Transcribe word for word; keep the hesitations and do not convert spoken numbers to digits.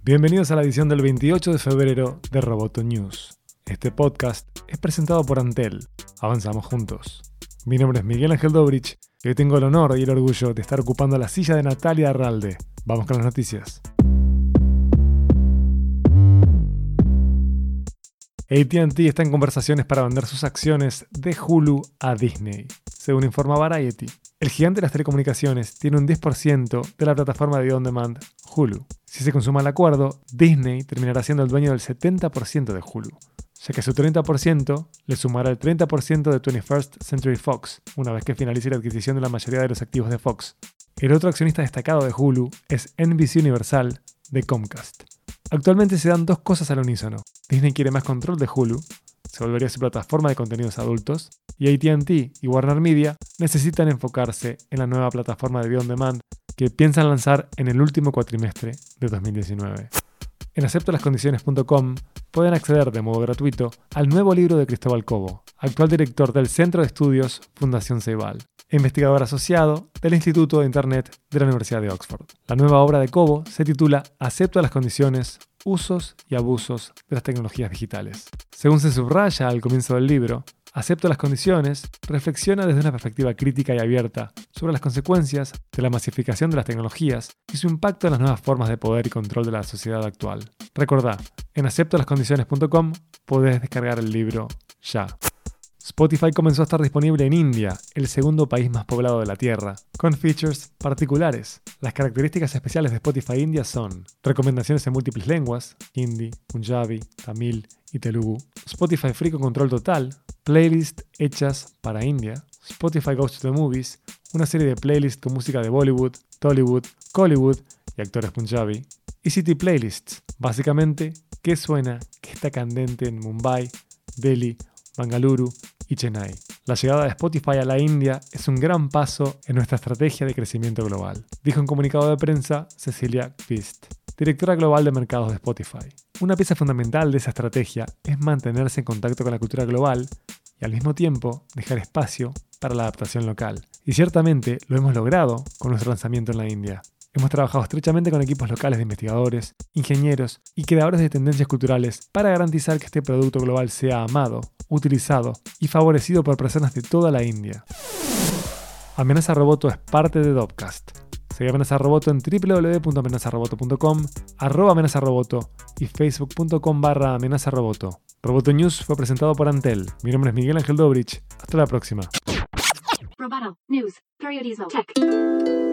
Bienvenidos a la edición del veintiocho de febrero de Roboto News. Este podcast es presentado por Antel. Avanzamos juntos. Mi nombre es Miguel Ángel Dobrich y hoy tengo el honor y el orgullo de estar ocupando la silla de Natalia Arralde. Vamos con las noticias. A T and T está en conversaciones para vender sus acciones de Hulu a Disney, según informa Variety. El gigante de las telecomunicaciones tiene un diez por ciento de la plataforma de on demand Hulu. Si se consuma el acuerdo, Disney terminará siendo el dueño del setenta por ciento de Hulu, ya que su treinta por ciento le sumará el treinta por ciento de twenty-first Century Fox, una vez que finalice la adquisición de la mayoría de los activos de Fox. El otro accionista destacado de Hulu es N B C Universal de Comcast. Actualmente se dan dos cosas al unísono. Disney quiere más control de Hulu, se volvería su plataforma de contenidos adultos, y A T and T y Warner Media necesitan enfocarse en la nueva plataforma de video on demand que piensan lanzar en el último cuatrimestre de dos mil diecinueve. En acepto las condiciones punto com pueden acceder de modo gratuito al nuevo libro de Cristóbal Cobo, actual director del Centro de Estudios Fundación Ceibal, e investigador asociado del Instituto de Internet de la Universidad de Oxford. La nueva obra de Cobo se titula Acepto las condiciones, usos y abusos de las tecnologías digitales. Según se subraya al comienzo del libro, Acepto las condiciones reflexiona desde una perspectiva crítica y abierta sobre las consecuencias de la masificación de las tecnologías y su impacto en las nuevas formas de poder y control de la sociedad actual. Recordá, en acepto las condiciones punto com podés descargar el libro ya. Spotify comenzó a estar disponible en India, el segundo país más poblado de la Tierra, con features particulares. Las características especiales de Spotify India son recomendaciones en múltiples lenguas, hindi, punjabi, tamil y telugu, Spotify Free con control total, playlists hechas para India, Spotify Goes to the Movies, una serie de playlists con música de Bollywood, Tollywood, Collywood y actores punjabi, y City Playlists, básicamente, qué suena, qué está candente en Mumbai, Delhi, Bangalore y Chennai. La llegada de Spotify a la India es un gran paso en nuestra estrategia de crecimiento global, dijo en comunicado de prensa Cecilia Pist, directora global de mercados de Spotify. Una pieza fundamental de esa estrategia es mantenerse en contacto con la cultura global y al mismo tiempo dejar espacio para la adaptación local. Y ciertamente lo hemos logrado con nuestro lanzamiento en la India. Hemos trabajado estrechamente con equipos locales de investigadores, ingenieros y creadores de tendencias culturales para garantizar que este producto global sea amado, utilizado y favorecido por personas de toda la India. Amenaza Roboto es parte de Dopcast. Sigue Amenaza Roboto en doble u doble u doble u punto amenaza roboto punto com, arroba amenaza roboto y facebook punto com barra amenaza roboto. Roboto News fue presentado por Antel. Mi nombre es Miguel Ángel Dobrich. Hasta la próxima. Roboto News. Periodismo Tech.